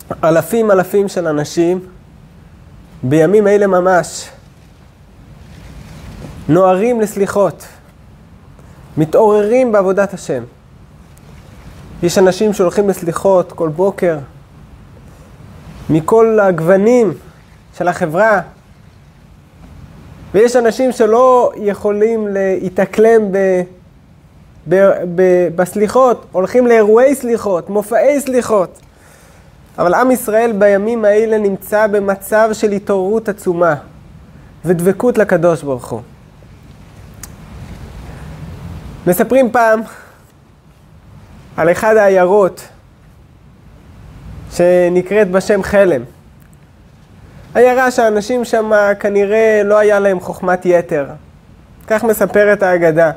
אלפים של אנשים בימים האלה ממש נוערים לסליחות, מתעוררים בעבודת השם. יש אנשים שהולכים לסליחות כל בוקר מכל הגוונים של החברה, ויש אנשים שלא יכולים להתאקלם בסליחות, הולכים לאירועי סליחות, מופעי סליחות. אבל עם ישראל בימים האלה נמצא במצב של התעוררות עצומה ודבקות לקדוש ברוך הוא. מספרים פעם על אחד העיירות שנקראת בשם חלם. עיירה שהאנשים שם כנראה לא היה להם חוכמת יתר. כך מספרת האגדה.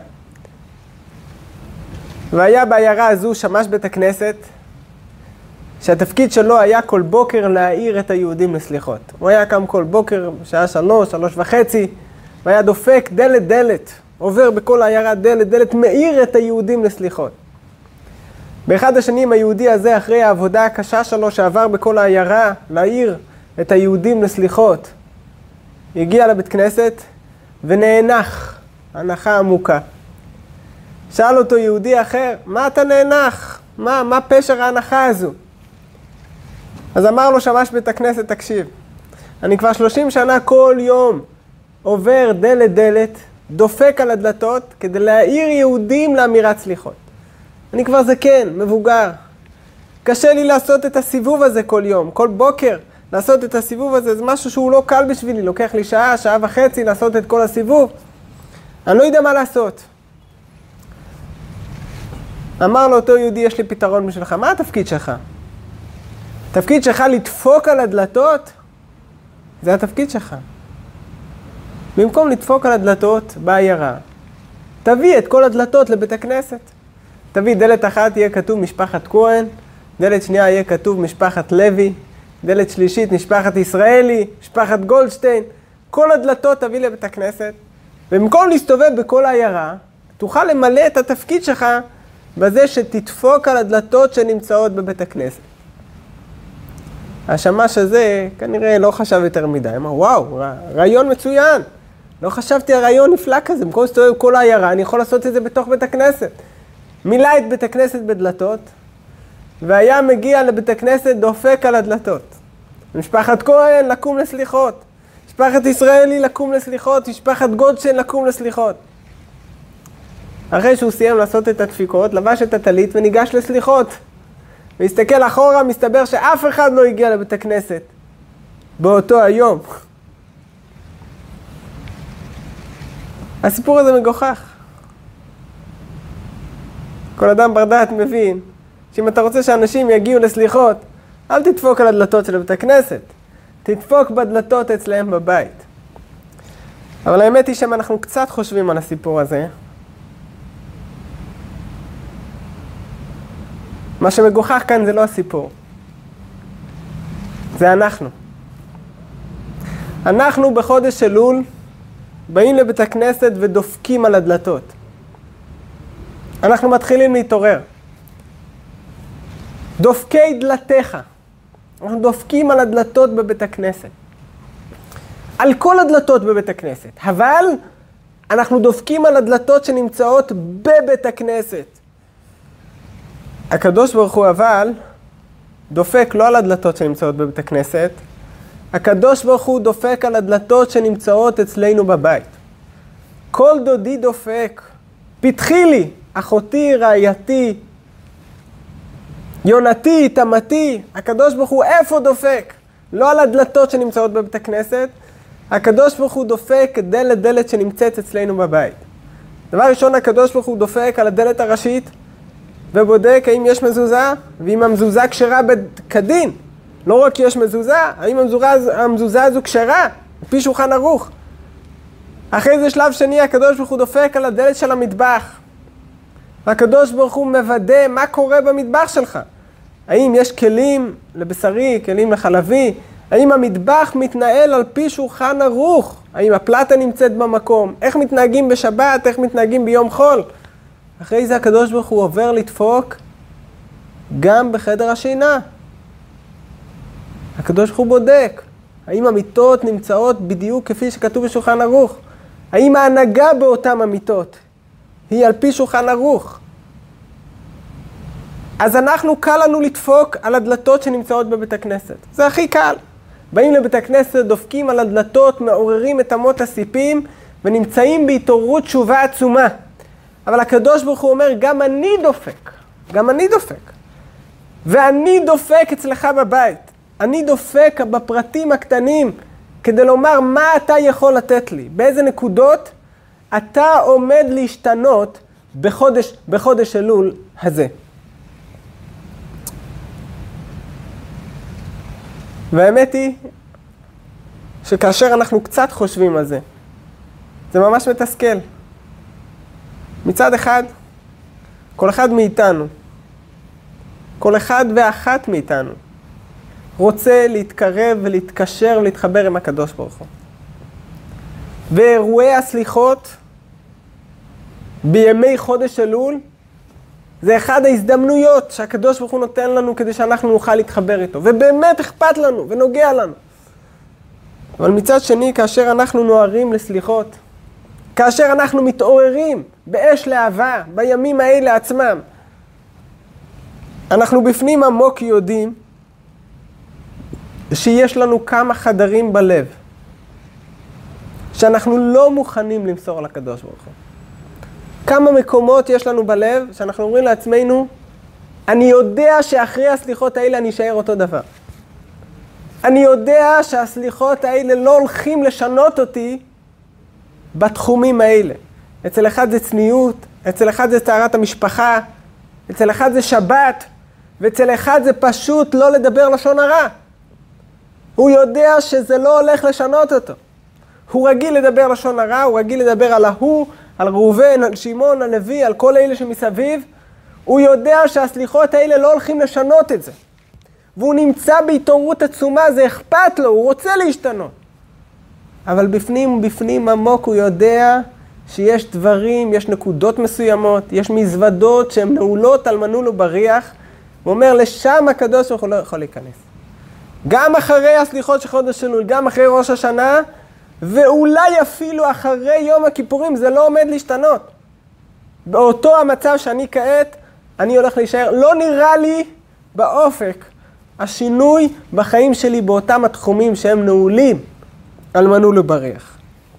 והיה בעיירה הזו שמש בית הכנסת, שהתפקיד שלו היה כל בוקר להעיר את היהודים לסליחות. הוא היה קם כל בוקר, שעה 3:30, והיה דופק דלת, עובר בכל העיירה דלת, מאיר את היהודים לסליחות. באחד השנים היהודי הזה, אחרי העבודה הקשה שלו שעבר בכל העיירה, להעיר את היהודים לסליחות, הגיע לבית כנסת ונאנח, הנחה עמוקה. שאל אותו יהודי אחר, מה אתה נאנח? מה פשר ההנחה הזו? אז אמר לו שמש בית הכנסת, תקשיב, אני כבר 30 שנה כל יום עובר דלת, דופק על הדלתות כדי להעיר יהודים לאמירת סליחות. אני כבר זקן, מבוגר. קשה לי לעשות את הסיבוב הזה כל יום, כל בוקר. לעשות את הסיבוב הזה זה משהו שהוא לא קל בשבילי. לוקח לי שעה וחצי לעשות את כל הסיבוב. אני לא יודע מה לעשות. אמר לו אותו יהודי, יש לי פתרון בשבילך. מה התפקיד שלך? התפקיד שלך לדפוק על הדלתות? זה התפקיד שלך. במקום לדפוק על הדלתות בעיירה, תביא את כל הדלתות לבית הכנסת. תביא דלת אחת יהיה כתוב משפחת כהן, דלת שנייה יהיה כתוב משפחת לוי, דלת שלישית משפחת ישראלי, משפחת גולדשטיין. כל הדלתות תביא לבית הכנסת, ובמקום להסתובב בכל העיירה, תוכל למלא את התפקיד שלך בזה שתדפוק על הדלתות שנמצאות בבית הכנסת. השמש הזה כנראה לא חשב יותר מדי. אמר, וואו, רעיון מצוין. לא חשבתי הרעיון נפלא כזה. במקום להסתובב בכל העיירה, אני יכול לעשות את זה בתוך בית הכנסת. מילא את בית הכנסת בדלתות, והיה מגיע לבית הכנסת דופק על הדלתות. משפחת כהן לקום לסליחות. משפחת ישראלי לקום לסליחות. משפחת גולדשטיין לקום לסליחות. אחרי שהוא סיים לעשות את הדפיקות, לבש את הטלית וניגש לסליחות. והסתכל אחורה, מסתבר שאף אחד לא הגיע לבית הכנסת באותו היום. הסיפור הזה מגוחך. כל אדם בר דעת מבין שאם אתה רוצה שאנשים יגיעו לסליחות, אל תדפוק על הדלתות של בית הכנסת. תדפוק בדלתות אצלהם בבית. אבל האמת היא שאנחנו קצת חושבים על הסיפור הזה. מה שמגוחך כאן זה לא הסיפור. זה אנחנו. אנחנו בחודש אלול באים לבית הכנסת ודופקים על הדלתות. אנחנו מתחילים להתעורר. דופקי דלתיך. אנחנו דופקים על הדלתות בבית הכנסת. על כל הדלתות בבית הכנסת. אבל אנחנו דופקים על הדלתות שנמצאות בבית הכנסת. הקדוש ברוך הוא אבל דופק לא על הדלתות שנמצאות בבית הכנסת, הקדוש ברוך הוא דופק על הדלתות שנמצאות אצלנו בבית. כל דודי דופק, פתחי לי, אחותי, רעייתי, יונתי, תמתי, הקדוש ברוך הוא איפה דופק? לא על הדלתות שנמצאות בבית הכנסת, הקדוש ברוך הוא דופק דלת שנמצאת אצלנו בבית. דבר ראשון, הקדוש ברוך הוא דופק על הדלת הראשית, ובודק האם יש מזוזה, ואם המזוזה כשרה כדין. לא רק יש מזוזה, האם המזוזה הזו כשרה, לפי שולחן ערוך. אחרי זה שלב שני, הקדוש ברוך הוא דופק על הדלת של המטבח. והקדוש ברוך הוא מוודא מה קורה במטבח שלך. האם יש כלים לבשרי, כלים לחלבי, האם המטבח מתנהל על פי שולחן ערוך, האם הפלטה נמצאת במקום, איך מתנהגים בשבת, איך מתנהגים ביום חול. אחרי זה הקדוש ברוך הוא עובר לדפוק גם בחדר השינה. הקדוש ברוך הוא בודק. האם המיטות נמצאות בדיוק כפי שכתוב בשולחן ערוך? האם ההנהגה באותן המיטות היא על פי שולחן ערוך? אז קל לנו לדפוק על הדלתות שנמצאות בבית הכנסת. זה הכי קל. באים לבית הכנסת, דופקים על הדלתות, מעוררים את אמות הסיפים, ונמצאים בהתעוררות תשובה עצומה. אבל הקדוש ברוך הוא אומר, גם אני דופק. גם אני דופק. ואני דופק אצלך בבית. אני דופק בפרטים הקטנים, כדי לומר מה אתה יכול לתת לי. באיזה נקודות אתה עומד להשתנות בחודש אלול הזה. והאמת היא שכאשר אנחנו קצת חושבים על זה, זה ממש מתסכל. מצד אחד, כל אחד מאיתנו, כל אחד ואחת מאיתנו, רוצה להתקרב ולהתקשר ולהתחבר עם הקדוש ברוך הוא. ואירועי הסליחות בימי חודש אלול, זה אחד ההזדמנויות שהקדוש ברוך הוא נותן לנו כדי שאנחנו נוכל להתחבר איתו. ובאמת אכפת לנו ונוגע לנו. אבל מצד שני, כאשר אנחנו נוערים לסליחות, כאשר אנחנו מתעוררים באש לאהבה, בימים האלה עצמם, אנחנו בפנים עמוק יודעים שיש לנו כמה חדרים בלב, שאנחנו לא מוכנים למסור לקדוש ברוך הוא. כמה מקומות יש לנו בלב שאנחנו אומרים לעצמנו, אני יודע שאחרי הסליחות האלה אני אשאר אותו דבר. אני יודע שהסליחות האלה לא הולכים לשנות אותי בתחומים האלה. אצל אחד זה צניעות, אצל אחד זה טהרת המשפחה, אצל אחד זה שבת, ואצל אחד זה פשוט לא לדבר לשון הרע. הוא יודע שזה לא הולך לשנות אותו. הוא רגיל לדבר לשון הרע, הוא רגיל לדבר על ההוא, על ראובן, על שמעון, על לוי, על כל אלה שמסביב. הוא יודע שהסליחות האלה לא הולכים לשנות את זה. והוא נמצא בהתעוררות עצומה, זה אכפת לו, הוא רוצה להשתנות. אבל בפנים עמוק הוא יודע שיש דברים, יש נקודות מסוימות, יש מזוודות שהן נעולות על מנעול ובריח. הוא אומר, לשם הקדוש ברוך הוא לא יכול להיכנס. גם אחרי הסליחות של חודש אלול, גם אחרי ראש השנה, ואולי אפילו אחרי יום הכיפורים, זה לא עומד להשתנות. באותו המצב שאני כעת, אני הולך להישאר. לא נראה לי באופק השינוי בחיים שלי באותם התחומים שהם נעולים על מנעול ובריח.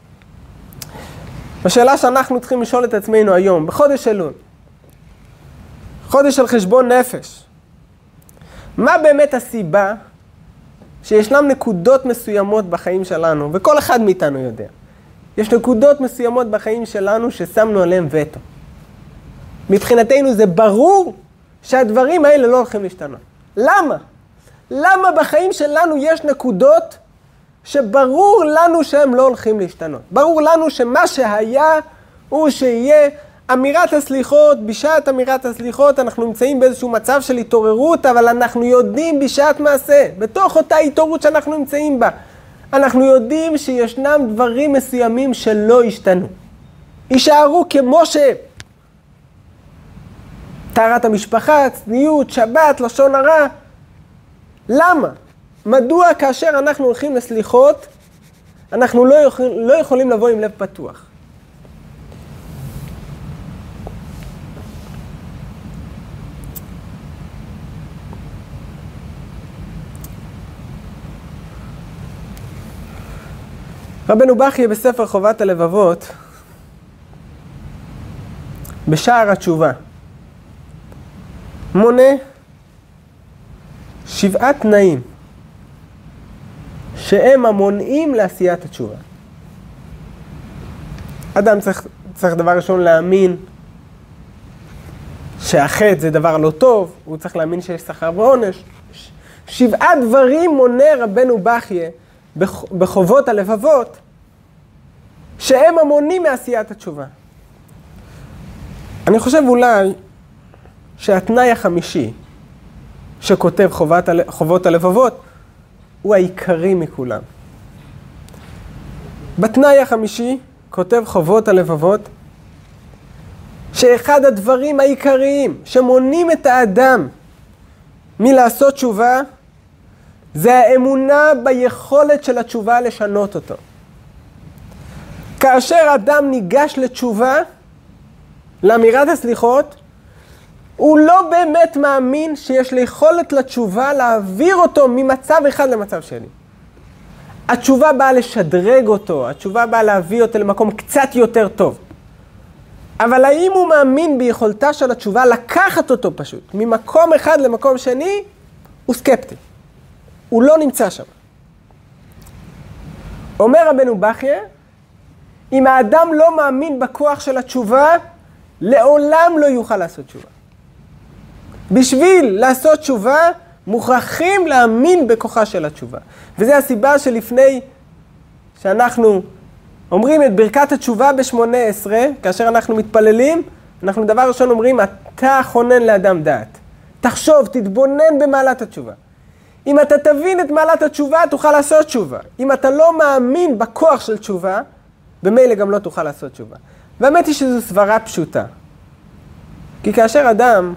השאלה שאנחנו צריכים לשאול את עצמנו היום, בחודש אלול, חודש של חשבון נפש, מה באמת הסיבה שישנם נקודות מסוימות בחיים שלנו, וכל אחד מאיתנו יודע. יש נקודות מסוימות בחיים שלנו ששמנו עליהם וטו. מבחינתנו זה ברור שהדברים האלה לא הולכים להשתנות. למה? למה בחיים שלנו יש נקודות שברור לנו שהם לא הולכים להשתנות? ברור לנו שמה שהיה הוא שיהיה. אמירת הסליחות, בשעת אמירת הסליחות, אנחנו נמצאים באיזשהו מצב של התעוררות, אבל אנחנו יודעים בשעת מעשה, בתוך אותה התעוררות שאנחנו נמצאים בה, אנחנו יודעים שישנם דברים מסוימים שלא השתנו. יישארו כמו שהם. טהרת המשפחה, צניעות, שבת, לשון הרע. למה? מדוע כאשר אנחנו הולכים לסליחות, אנחנו לא יכולים לבוא עם לב פתוח? רבנו בכייה בספר חובת הלבבות, בשער התשובה, מונה 7 תנאים שהם המונעים לעשיית התשובה. אדם צריך דבר ראשון להאמין שהחטא זה דבר לא טוב, הוא צריך להאמין שיש שכר ועונש. 7 דברים מונה רבנו בכייה בחובות הלבבות, שהם המונים מעשיית התשובה. אני חושב אולי שהתנאי החמישי שכותב חובות הלבבות הוא העיקרי מכולם. בתנאי החמישי כותב חובות הלבבות שאחד הדברים העיקריים שמונים את האדם מלעשות תשובה זה האמונה ביכולת של התשובה לשנות אותו. כאשר אדם ניגש לתשובה, לאמירת הסליחות, הוא לא באמת מאמין שיש לי יכולת לתשובה להעביר אותו ממצב אחד למצב שני. התשובה באה לשדרג אותו, התשובה באה להביא אותו למקום קצת יותר טוב. אבל האם הוא מאמין ביכולתה של התשובה לקחת אותו פשוט, ממקום אחד למקום שני, הוא סקפטי. הוא לא נמצא שם. אומר רבנו בחייה, אם האדם לא מאמין בכוח של התשובה, לעולם לא יוכל לעשות תשובה. בשביל לעשות תשובה, מוכרחים להאמין בכוחה של התשובה. וזו הסיבה שלפני שאנחנו אומרים את ברכת התשובה ב-18, כאשר אנחנו מתפללים, אנחנו דבר ראשון אומרים, אתה חונן לאדם דעת. תחשוב, תתבונן במעלת התשובה. אם אתה תבין את מעלת התשובה, תוכל לעשות תשובה. אם אתה לא מאמין בכוח של תשובה, במילא גם לא תוכל לעשות תשובה. והאמת היא שזו סברה פשוטה. כי כאשר אדם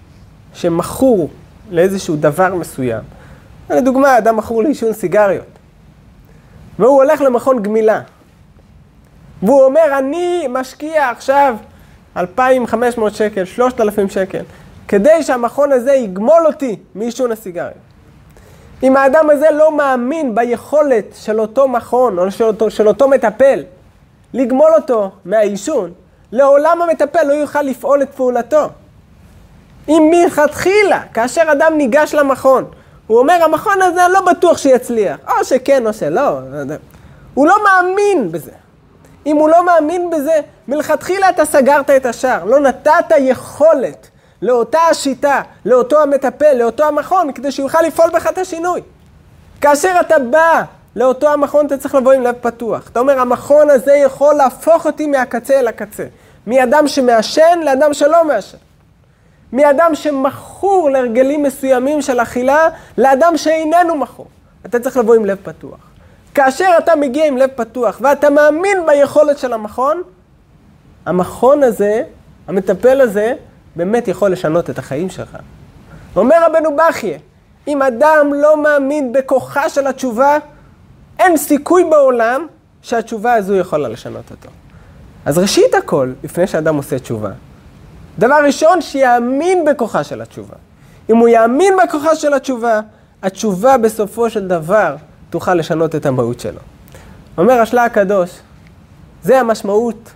שמכור לאיזשהו דבר מסוים, לדוגמה, אדם מכור לעישון סיגריות, והוא הולך למכון גמילה, והוא אומר, אני משקיע עכשיו 2,500 שקל, 3,000 שקל, כדי שהמכון הזה יגמול אותי מעישון הסיגריות. אם האדם הזה לא מאמין ביכולת של אותו מכון, או של אותו מטפל, לגמול אותו מהעישון, לעולם המטפל לא יוכל לפעול את פעולתו. אם מלכתחילה, כאשר אדם ניגש למכון, הוא אומר, המכון הזה לא בטוח שיצליח, או שכן או שלא, הוא לא מאמין בזה. אם הוא לא מאמין בזה, מלכתחילה אתה סגרת את השער, לא נתת יכולת לאותה השיטה, לאותו המטפל, לאותו המכון, כדי שיוכל לפעול בך את השינוי. כאשר אתה בא לאותו המכון, אתה צריך לבוא עם לב פתוח. אתה אומר, המכון הזה יכול להפוך אותי מהקצה אל הקצה. מאדם שמעשן לאדם שלא מעשן. מאדם שמכור להרגלים מסוימים של אכילה, לאדם שאיננו מכור. אתה צריך לבוא עם לב פתוח. כאשר אתה מגיע עם לב פתוח, ואתה מאמין ביכולת של המכון, המכון הזה, המטפל הזה, באמת יכול לשנות את החיים שלך. אומר רבנו בחייה, אם אדם לא מאמין בכוחה של התשובה, אין סיכוי בעולם שהתשובה הזו יכולה לשנות אותו. אז ראשית הכל, לפני שאדם עושה תשובה, דבר ראשון, שיאמין בכוחה של התשובה. אם הוא יאמין בכוחה של התשובה, התשובה בסופו של דבר תוכל לשנות את המהות שלו. אומר השלה הקדוש, זה המשמעות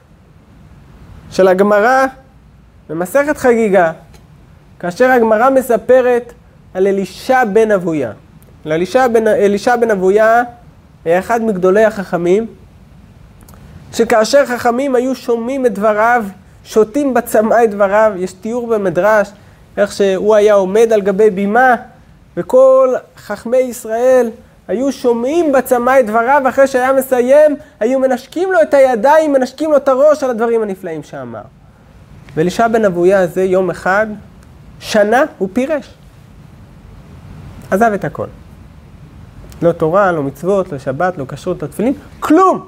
של הגמרא במסכת חגיגה, כאשר הגמרא מספרת על אלישע בן אבויה. אלישע בן אבויה היה אחד מגדולי החכמים, שכאשר חכמים היו שומעים את דבריו, שותים בצמא את דבריו, יש תיאור במדרש, איך שהוא היה עומד על גבי בימה, וכל חכמי ישראל היו שומעים בצמא את דבריו, אחרי שהיה מסיים, היו מנשקים לו את הידיים, מנשקים לו את הראש על הדברים הנפלאים שאמר. ואלישע בן אבויה הזה יום אחד, שנה הוא פירש. עזב את הכל. לא תורה, לא מצוות, לא שבת, לא כשרות, לא תפילין, כלום.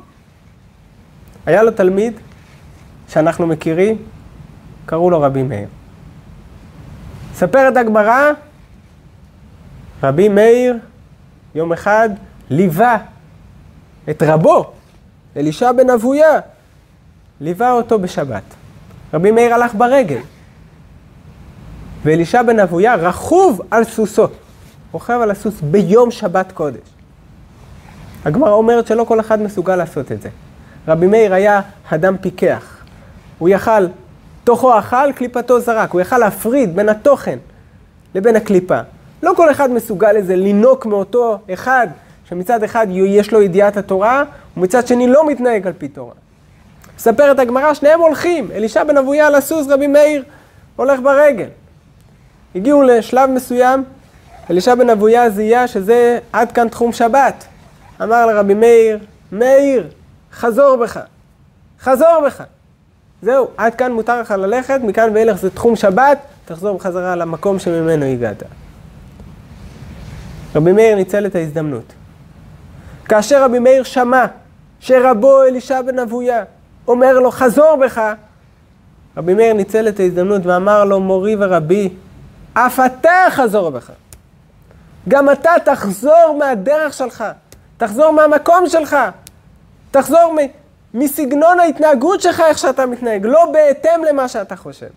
היה לו תלמיד שאנחנו מכירים, קראו לו רבי מאיר. ספרת הגמרא, רבי מאיר יום אחד ליווה את רבו, אלישע בן אבויה, ליווה אותו בשבת. רבי מאיר הלך ברגל, ואלישע בן אבויה רכוב על סוסו, רוכב על הסוס ביום שבת קודש. הגמרא אומרת שלא כל אחד מסוגל לעשות את זה. רבי מאיר היה אדם פיקח. הוא יכל, תוכו אכל, קליפתו זרק. הוא יכל להפריד בין התוכן לבין הקליפה. לא כל אחד מסוגל לזה, לינוק מאותו אחד, שמצד אחד יש לו ידיעת התורה, ומצד שני לא מתנהג על פי תורה. מספרת הגמרא, שניהם הולכים. אלישע בן אבויה על הסוס, רבי מאיר הולך ברגל. הגיעו לשלב מסוים, אלישע בן אבויה זיהה שזה עד כאן תחום שבת. אמר לרבי מאיר, מאיר, חזור בך, חזור בך. זהו, עד כאן מותר לך ללכת, מכאן ואילך זה תחום שבת, תחזור בחזרה למקום שממנו הגעת. רבי מאיר ניצל את ההזדמנות. כאשר רבי מאיר שמע שרבו אלישע בן אבויה אומר לו, חזור בך, רבי מאיר ניצל את ההזדמנות ואמר לו, מורי ורבי, אף אתה חזור בך. גם אתה תחזור מהדרך שלך, תחזור מהמקום שלך, תחזור מסגנון ההתנהגות שלך, איך שאתה מתנהג, לא בהתאם למה שאתה חושב.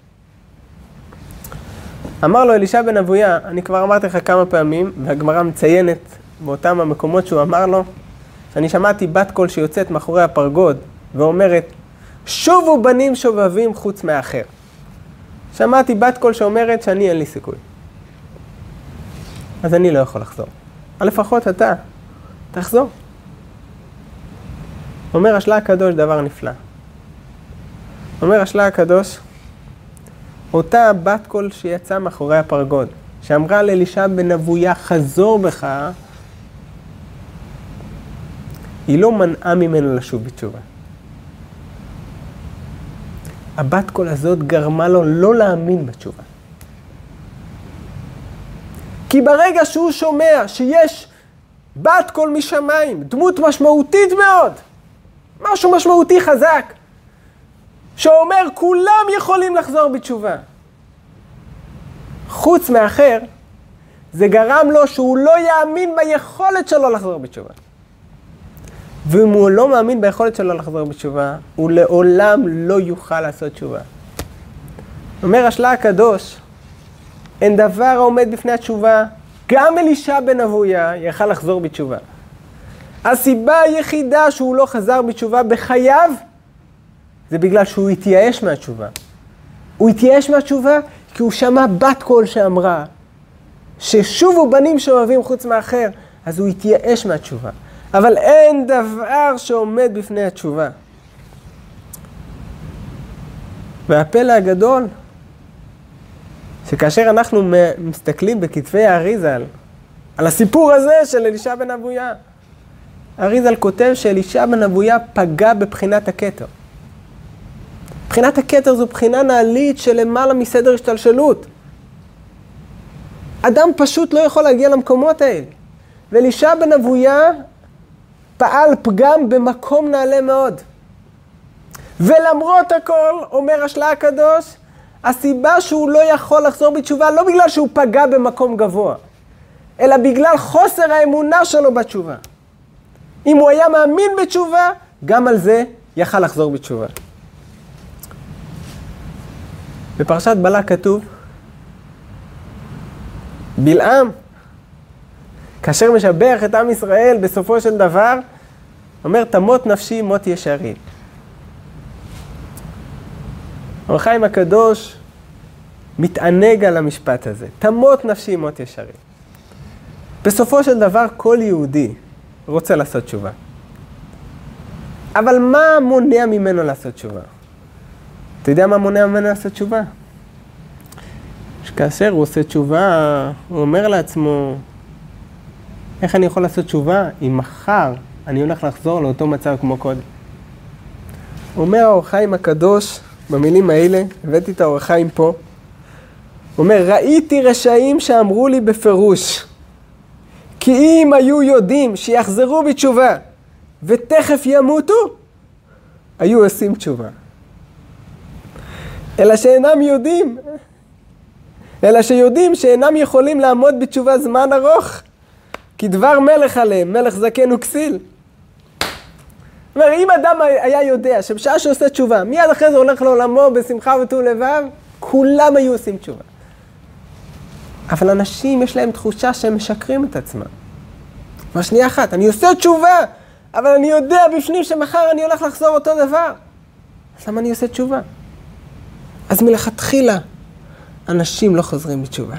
אמר לו אלישע בן אבויה, אני כבר אמרתי לך כמה פעמים, והגמרא מציינת באותם המקומות שהוא אמר לו, שאני שמעתי בת קול שיוצאת מאחורי הפרגוד, ואומרת, שובו בנים שובבים חוץ מאחר. שמעתי בת קול שאומרת שאני אין לי סיכוי. אז אני לא יכול לחזור. לפחות אתה, תחזור. אומר השלה הקדוש דבר נפלא. אומר השלה הקדוש, אותה בת קול שיצאה מאחורי הפרגוד, שאמרה לאלישע בן אבויה, חזור בך, היא לא מנעה ממנו לשוב בתשובה. הבת קול הזאת גרמה לו לא להאמין בתשובה. כי ברגע שהוא שומע שיש בת קול משמיים, דמות משמעותית מאוד, משהו משמעותי חזק, שאומר כולם יכולים לחזור בתשובה, חוץ מאחר, זה גרם לו שהוא לא יאמין ביכולת שלו לחזור בתשובה. ואם הוא לא מאמין ביכולת שלו לחזור בתשובה, הוא לעולם לא יוכל לעשות תשובה. אומר השלה הקדוש, אין דבר העומד בפני התשובה, גם אלישע בן אבויה יכל לחזור בתשובה. הסיבה היחידה שהוא לא חזר בתשובה בחייו, זה בגלל שהוא התייאש מהתשובה. הוא התייאש מהתשובה כי הוא שמע בת קול שאמרה, ששובו בנים שובבים חוץ מאחר, אז הוא התייאש מהתשובה. אבל אין דבר שעומד בפני התשובה. והפלא הגדול, שכאשר אנחנו מסתכלים בכתבי האריזל, על הסיפור הזה של אלישע בן אבויה, האריזל כותב שאלישע בן אבויה פגע בבחינת הכתר. בחינת הכתר זו בחינה נעלית של למעלה מסדר השתלשלות. אדם פשוט לא יכול להגיע למקומות האלה. ואלישע בן אבויה פעל פגם במקום נעלה מאוד. ולמרות הכל, אומר השלה הקדוש, הסיבה שהוא לא יכול לחזור בתשובה, לא בגלל שהוא פגע במקום גבוה, אלא בגלל חוסר האמונה שלו בתשובה. אם הוא היה מאמין בתשובה, גם על זה יכל לחזור בתשובה. בפרשת בלק כתוב, בלעם, כאשר משבח את עם ישראל בסופו של דבר, אומר, תמות נפשי מות ישרים. אור החיים הקדוש מתענג על המשפט הזה, תמות נפשי מות ישרים. בסופו של דבר כל יהודי רוצה לעשות תשובה. אבל מה מונע ממנו לעשות תשובה? אתה יודע מה מונע ממנו לעשות תשובה? שכאשר הוא עושה תשובה, הוא אומר לעצמו, איך אני יכול לעשות תשובה אם מחר אני הולך לחזור לאותו מצב כמו קודם? אומר האור החיים הקדוש במילים האלה, הבאתי את האור החיים פה, אומר, ראיתי רשעים שאמרו לי בפירוש, כי אם היו יודעים שיחזרו בתשובה ותכף ימותו, היו עושים תשובה. אלא שיודעים שאינם יכולים לעמוד בתשובה זמן ארוך, כי דבר מלך עליהם, מלך זקן וכסיל. זאת אומרת, אם אדם היה יודע שבשעה שעושה תשובה, מיד אחרי זה הולך לעולמו בשמחה וטוב לבב, כולם היו עושים תשובה. אבל אנשים יש להם תחושה שהם משקרים את עצמם. אבל שנייה אחת, אני עושה תשובה, אבל אני יודע בפנים שמחר אני הולך לחזור אותו דבר. אז למה אני עושה תשובה? אז מלכתחילה, אנשים לא חוזרים בתשובה.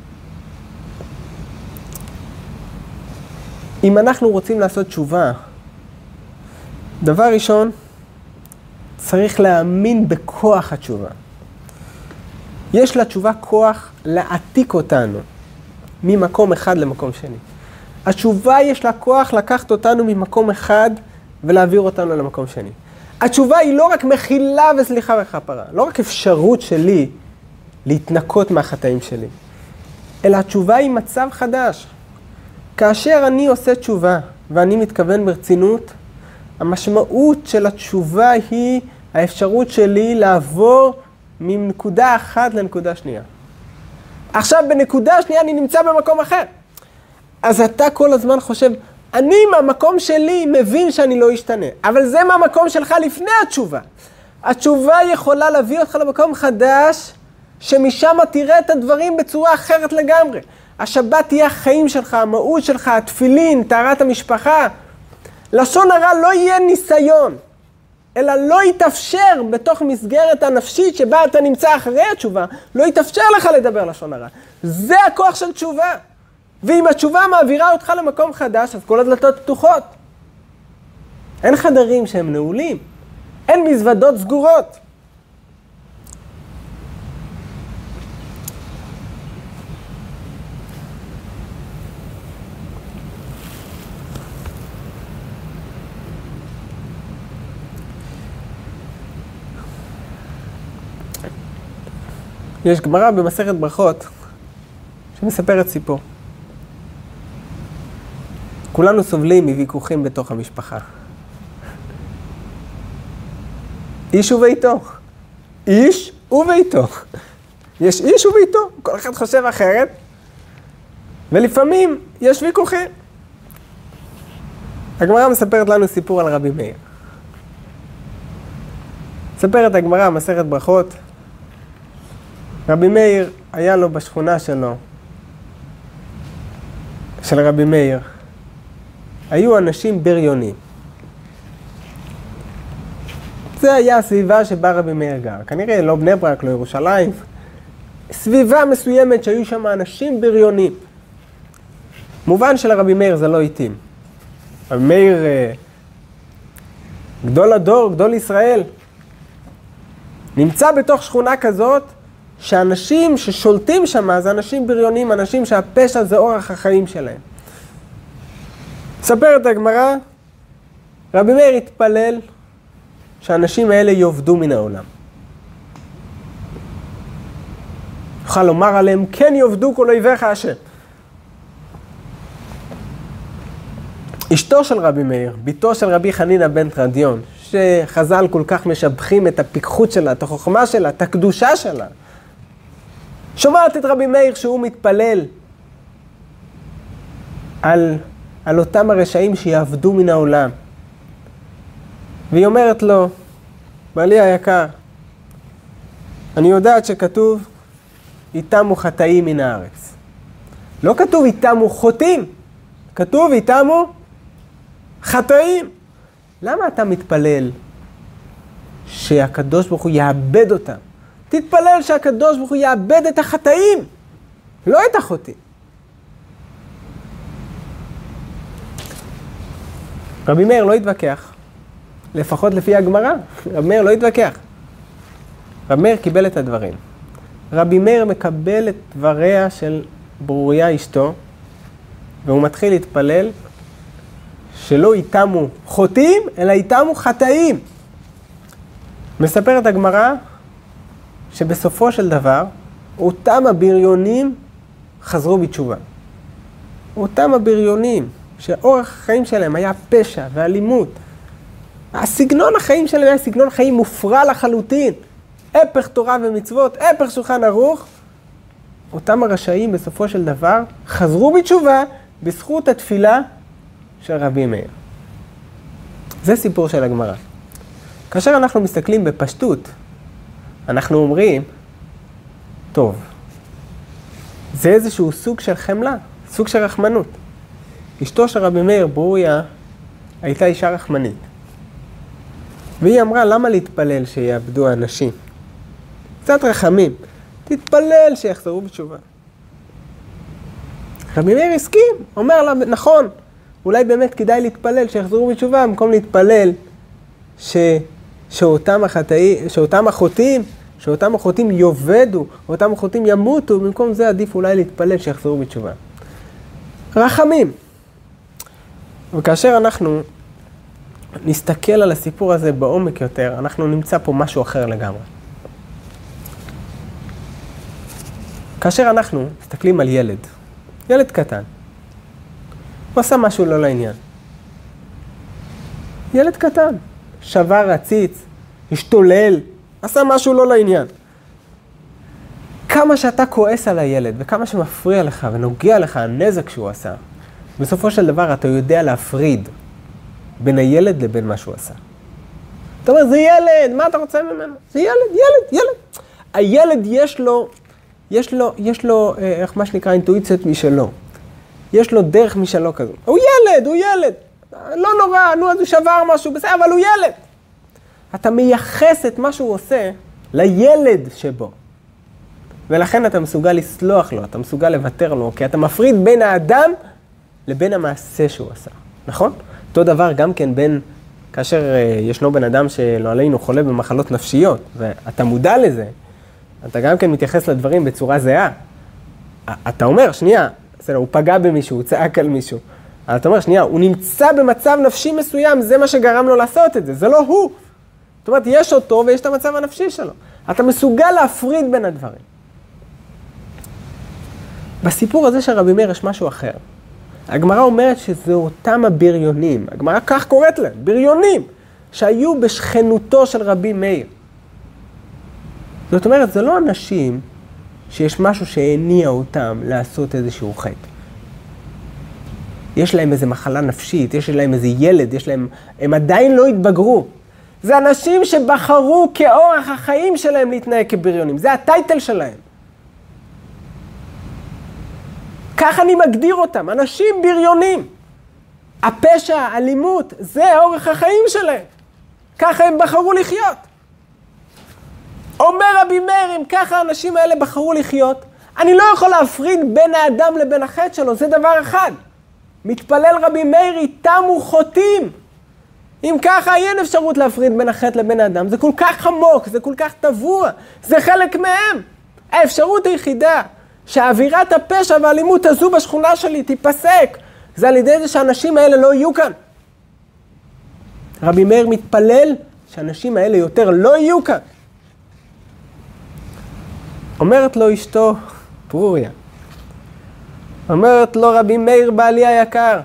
אם אנחנו רוצים לעשות תשובה, דבר ראשון, צריך להאמין בכוח התשובה. יש לתשובה כוח להעתיק אותנו ממקום אחד למקום שני. התשובה יש לה כוח לקחת אותנו ממקום אחד ולהעביר אותנו למקום שני. התשובה היא לא רק מחילה וסליחה וכפרה, לא רק אפשרות שלי להתנקות מהחטאים שלי, אלא התשובה היא מצב חדש. כאשר אני עושה תשובה ואני מתכוון ברצינות, המשמעות של התשובה היא האפשרות שלי לעבור מנקודה אחת לנקודה שנייה. עכשיו בנקודה שנייה אני נמצא במקום אחר. אז אתה כל הזמן חושב, אני מהמקום שלי מבין שאני לא אשתנה, אבל זה מהמקום שלך לפני התשובה. התשובה יכולה להביא אותך למקום חדש, שמשם תראה את הדברים בצורה אחרת לגמרי. השבת תהיה החיים שלך, המהות שלך, התפילין, טהרת המשפחה. לשון הרע לא יהיה ניסיון, אלא לא יתאפשר בתוך מסגרת הנפשית שבה אתה נמצא אחרי התשובה, לא יתאפשר לך לדבר לשון הרע. זה הכוח של תשובה. ואם התשובה מעבירה אותך למקום חדש, אז כל הדלתות פתוחות. אין חדרים שהם נעולים. אין מזוודות סגורות. יש גמרא במסכת ברכות שמספרת סיפור. כולנו סובלים מוויכוחים בתוך המשפחה. איש וביתו. איש וביתו. יש איש וביתו, כל אחד חושב אחרת, ולפעמים יש ויכוחים. הגמרא מספרת לנו סיפור על רבי מאיר. מספרת הגמרא, מסכת ברכות, רבי מאיר, היה לו בשכונה שלו, של רבי מאיר, היו אנשים בריונים. זה היה הסביבה שבה רבי מאיר גר. כנראה לא בני ברק, לא ירושלים. סביבה מסוימת שהיו שם אנשים בריונים. מובן שלרבי מאיר זה לא התאים. רבי מאיר, גדול הדור, גדול ישראל, נמצא בתוך שכונה כזאת, שאנשים ששולטים שם זה אנשים בריונים, אנשים שהפשע זה אורח החיים שלהם. ספרת הגמרא, רבי מאיר התפלל שהאנשים האלה יאבדו מן העולם. יוכל לומר עליהם, כן יאבדו כל אויביך השם. אשתו של רבי מאיר, ביתו של רבי חנינא בן תרדיון, שחז"ל כל כך משבחים את הפיקחות שלה, את החוכמה שלה, את הקדושה שלה, שומעת את רבי מאיר שהוא מתפלל על אותם הרשעים שיעבדו מן העולם. והיא אומרת לו, בעלי היקר, אני יודעת שכתוב, איתמו חטאים מן הארץ. לא כתוב איתמו חוטאים, כתוב איתמו חטאים. למה אתה מתפלל שהקדוש ברוך הוא יאבד אותם? תתפלל שהקדוש ברוך הוא יאבד את החטאים, לא את החוטאים. רבי מאיר לא התווכח, לפחות לפי הגמרא, רבי מאיר לא התווכח. רבי מאיר קיבל את הדברים. רבי מאיר מקבל את דבריה של ברוריה אשתו, והוא מתחיל להתפלל שלא איתמו חוטאים, אלא איתמו חטאים. מספרת הגמרא שבסופו של דבר, אותם הבריונים חזרו בתשובה. אותם הבריונים, שאורח החיים שלהם היה פשע ואלימות. הסגנון החיים שלהם היה סגנון חיים מופרע לחלוטין. הפך תורה ומצוות, הפך שולחן ערוך. אותם הרשעים בסופו של דבר חזרו בתשובה בזכות התפילה של רבי מאיר. זה סיפור של הגמרא. כאשר אנחנו מסתכלים בפשטות, אנחנו אומרים, טוב, זה איזשהו סוג של חמלה, סוג של רחמנות. אשתו של רבי מאיר, ברוריה, הייתה אישה רחמנית. והיא אמרה, למה להתפלל שיאבדו האנשים? קצת רחמים. תתפלל שיחזרו בתשובה. רבי מאיר הסכים, אומר לה, נכון, אולי באמת כדאי להתפלל שיחזרו בתשובה, במקום להתפלל שאותם החוטאים יאבדו, אותם החוטאים ימותו, במקום זה עדיף אולי להתפלל שיחזרו בתשובה. רחמים. וכאשר אנחנו נסתכל על הסיפור הזה בעומק יותר, אנחנו נמצא פה משהו אחר לגמרי. כאשר אנחנו מסתכלים על ילד קטן, הוא עשה משהו לא לעניין. ילד קטן, שבר עציץ, השתולל, עשה משהו לא לעניין. כמה שאתה כועס על הילד וכמה שמפריע לך ונוגע לך הנזק שהוא עשה, בסופו של דבר אתה יודע להפריד בין הילד לבין מה שהוא עשה. אתה אומר, זה ילד, מה אתה רוצה ממנו? זה ילד. הילד יש לו, איך מה שנקרא, אינטואיציות משלו. יש לו דרך משלו כזו. הוא ילד. לא נורא, נו, אז הוא שבר משהו, בסדר, אבל הוא ילד. אתה מייחס את מה שהוא עושה לילד שבו. ולכן אתה מסוגל לסלוח לו, אתה מסוגל לוותר לו, כי אתה מפריד בין האדם לבין המעשה שהוא עשה. נכון? אותו דבר גם כן בין, כאשר ישנו בן אדם שלא עלינו חולה במחלות נפשיות, ואתה מודע לזה, אתה גם כן מתייחס לדברים בצורה זהה. אתה אומר, שנייה, הוא פגע במישהו, הוא צעק על מישהו. אתה אומר, שנייה, הוא נמצא במצב נפשי מסוים, זה מה שגרם לו לעשות את זה, זה לא הוא. זאת אומרת, יש אותו ויש את המצב הנפשי שלו. אתה מסוגל להפריד בין הדברים. בסיפור הזה של רבי מאיר יש משהו אחר. הגמרא אומרת שזה אותם הבריונים, הגמרא כך קוראת להם, בריונים, שהיו בשכנותו של רבי מאיר. זאת אומרת, זה לא אנשים שיש משהו שהניע אותם לעשות איזשהו חטא. יש להם איזו מחלה נפשית, יש להם איזה ילד, הם עדיין לא התבגרו. זה אנשים שבחרו כאורח החיים שלהם להתנהג כבריונים, זה הטייטל שלהם. כך אני מגדיר אותם, אנשים בריונים. הפשע, האלימות, זה אורח החיים שלהם. ככה הם בחרו לחיות. אומר רבי מאיר, אם ככה האנשים האלה בחרו לחיות, אני לא יכול להפריד בין האדם לבין החטא שלו, זה דבר אחד. מתפלל רבי מאיר, איתם וחוטאים. אם ככה אין אפשרות להפריד בין החטא לבין האדם, זה כל כך עמוק, זה כל כך טבוע, זה חלק מהם. האפשרות היחידה שהאווירת הפשע והאלימות הזו בשכונה שלי תיפסק, זה על ידי זה שהאנשים האלה לא יהיו כאן. רבי מאיר מתפלל שהאנשים האלה יותר לא יהיו כאן. אומרת לו אשתו, ברוריה, אומרת לו רבי מאיר בעלי היקר,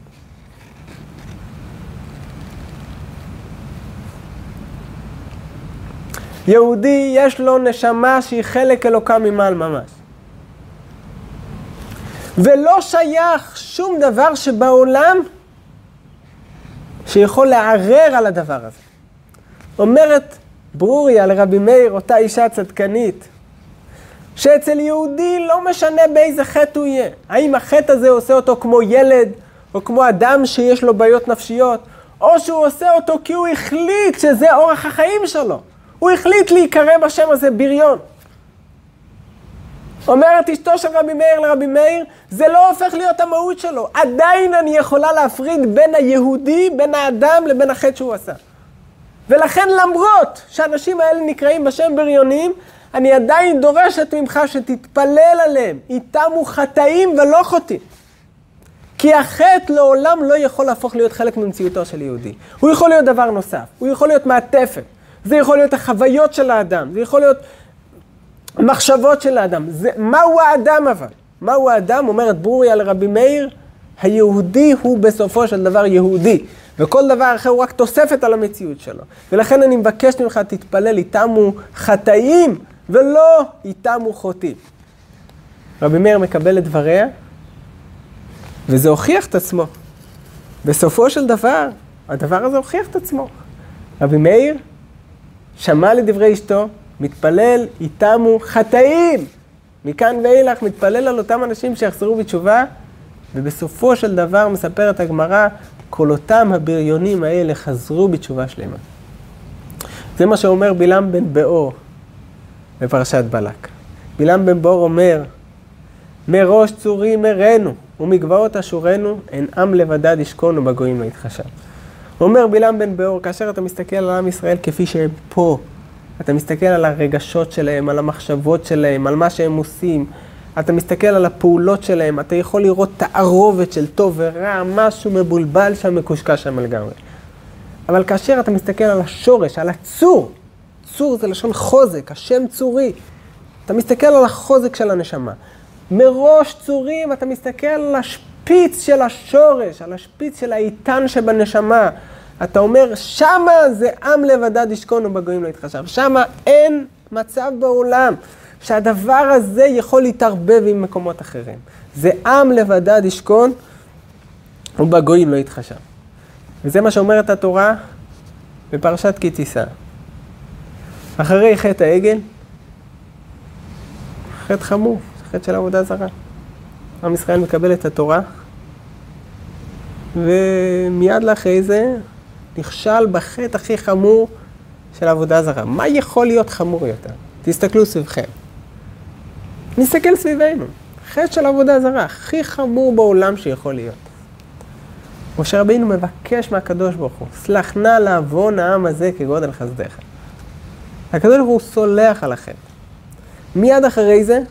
יהודי יש לו נשמה שהיא חלק אלוקה ממעל ממש. ולא שייך שום דבר שבעולם שיכול לערער על הדבר הזה. אומרת ברוריה לרבי מאיר, אותה אישה צדקנית, שאצל יהודי לא משנה באיזה חטא הוא יהיה. האם החטא הזה עושה אותו כמו ילד, או כמו אדם שיש לו בעיות נפשיות, או שהוא עושה אותו כי הוא החליט שזה אורח החיים שלו. הוא החליט להיקרא בשם הזה בריון. אומרת אשתו של רבי מאיר לרבי מאיר, זה לא הופך להיות המהות שלו. עדיין אני יכולה להפריד בין היהודי, בין האדם לבין החטא שהוא עשה. ולכן למרות שהאנשים האלה נקראים בשם בריונים, אני עדיין דורשת ממך שתתפלל עליהם. איתם הוא חטאים ולא חוטאים. כי החטא לעולם לא יכול להפוך להיות חלק ממציאותו של יהודי. הוא יכול להיות דבר נוסף, הוא יכול להיות מעטפת. זה יכול להיות החוויות של האדם, זה יכול להיות מחשבות של האדם. מהו האדם אבל? מהו האדם? אומרת ברוריה לרבי מאיר, היהודי הוא בסופו של דבר יהודי. וכל דבר אחר הוא רק תוספת על המציאות שלו. ולכן אני מבקש ממך, תתפלל, איתם הוא חטאים ולא איתם הוא חוטאים. רבי מאיר מקבל את דבריה, וזה הוכיח את עצמו. בסופו של דבר, הדבר הזה הוכיח את עצמו. רבי מאיר שמע לדברי אשתו, מתפלל, איתם הוא חטאים. מכאן ואילך מתפלל על אותם אנשים שיחזרו בתשובה, ובסופו של דבר מספרת הגמרא, כל אותם הבריונים האלה חזרו בתשובה שלמה. זה מה שאומר בלעם בן באור בפרשת בלק. בלעם בן באור אומר, מראש צורי מרנו ומגבעות אשורנו, אין עם לבדד ישכון ובגויים לא יתחשב. אומר בלעם בן באור, כאשר אתה מסתכל על עם ישראל כפי שהם פה, אתה מסתכל על הרגשות שלהם, על המחשבות שלהם, על מה שהם עושים, אתה מסתכל על הפעולות שלהם, אתה יכול לראות תערובת של טוב ורע, משהו מבולבל שם, מקושקש שם לגמרי. אבל כאשר אתה מסתכל על השורש, על הצור, צור זה לשון חוזק, השם צורי, אתה מסתכל על החוזק של הנשמה. מראש צורים אתה מסתכל על השפיץ של השורש, על השפיץ של האיתן שבנשמה. אתה אומר, שמה זה עם לבדד ישכון ובגויים לא יתחשב. שמה אין מצב בעולם שהדבר הזה יכול להתערבב עם מקומות אחרים. זה עם לבדד ישכון ובגויים לא יתחשב. וזה מה שאומרת התורה בפרשת כי תישא. אחרי חטא העגל, חטא חמור, חטא של עבודה זרה. עם ישראל מקבל את התורה, ומיד לאחרי זה נכשל בחטא הכי חמור של עבודה זרה. מה יכול להיות חמור יותר? תסתכלו סביבכם. נסתכל סביבנו. חטא של עבודה זרה, הכי חמור בעולם שיכול להיות. משה רבינו מבקש מהקדוש ברוך הוא, סלח נא לעוון העם הזה כגודל חסדך. הקדוש ברוך הוא סולח על החטא. מיד אחרי זה,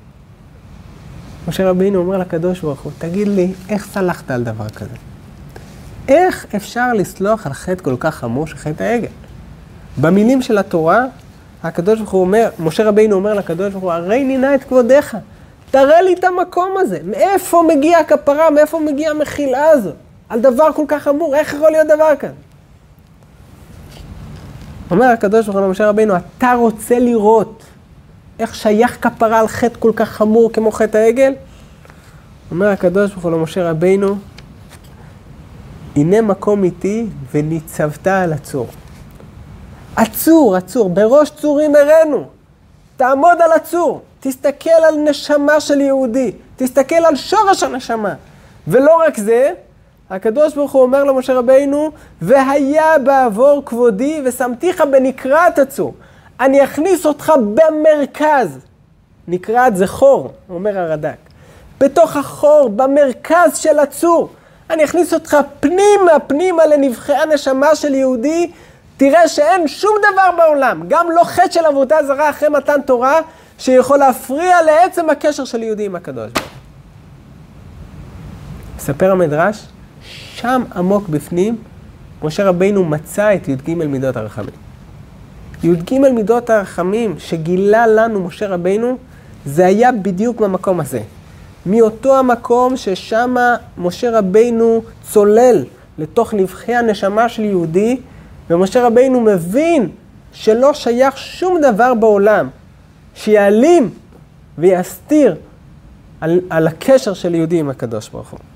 משה רבינו אומר לקדוש ברוך הוא, תגיד לי, איך סלחת על דבר כזה? איך אפשר לסלוח על חטא כל כך חמור שחטא העגל? במילים של התורה, הקדוש ברוך הוא אומר, משה רבינו אומר לקדוש ברוך הוא, הרי נינה את כבודך, תראה לי את המקום הזה, מאיפה מגיע הכפרה, מאיפה מגיעה המחילה הזו, על דבר כל כך חמור, איך יכול להיות דבר כזה? אומר הקדוש ברוך הוא למשה רבינו, אתה רוצה לראות איך שייך כפרה על חטא כל כך חמור כמו חטא העגל? אומר הקדוש ברוך הוא למשה רבינו, הנה מקום איתי וניצבת על הצור. הצור, בראש צורים הראנו. תעמוד על הצור, תסתכל על נשמה של יהודי, תסתכל על שורש הנשמה. ולא רק זה, הקדוש ברוך הוא אומר למשה רבינו, והיה בעבור כבודי ושמתיך בנקרת הצור. אני אכניס אותך במרכז. נקרת זה חור, אומר הרד"ק. בתוך החור, במרכז של הצור. אני אכניס אותך פנימה לנבחי הנשמה של יהודי, תראה שאין שום דבר בעולם, גם לא חטא של עבודה זרה אחרי מתן תורה, שיכול להפריע לעצם הקשר של יהודי עם הקדוש ברוך הוא. מספר המדרש, שם עמוק בפנים, משה רבינו מצא את י"ג מידות הרחמים. י"ג מידות הרחמים שגילה לנו משה רבינו, זה היה בדיוק במקום הזה. מאותו המקום ששם משה רבינו צולל לתוך נבחי הנשמה של יהודי, ומשה רבינו מבין שלא שייך שום דבר בעולם שיעלים ויסתיר על הקשר של יהודי עם הקדוש ברוך הוא.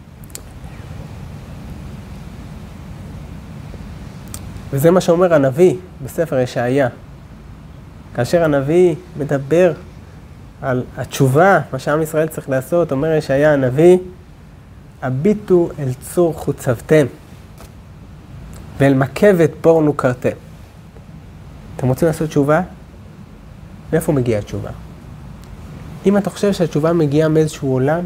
וזה מה שאומר הנביא בספר ישעיה. כאשר הנביא מדבר על התשובה, מה שעם ישראל צריך לעשות, אומר ישעיה הנביא, הביטו אל צור חוצבתם, ואל מקבת בור נוקרתם. אתם רוצים לעשות תשובה? מאיפה מגיעה התשובה? אם אתה חושב שהתשובה מגיעה מאיזשהו עולם,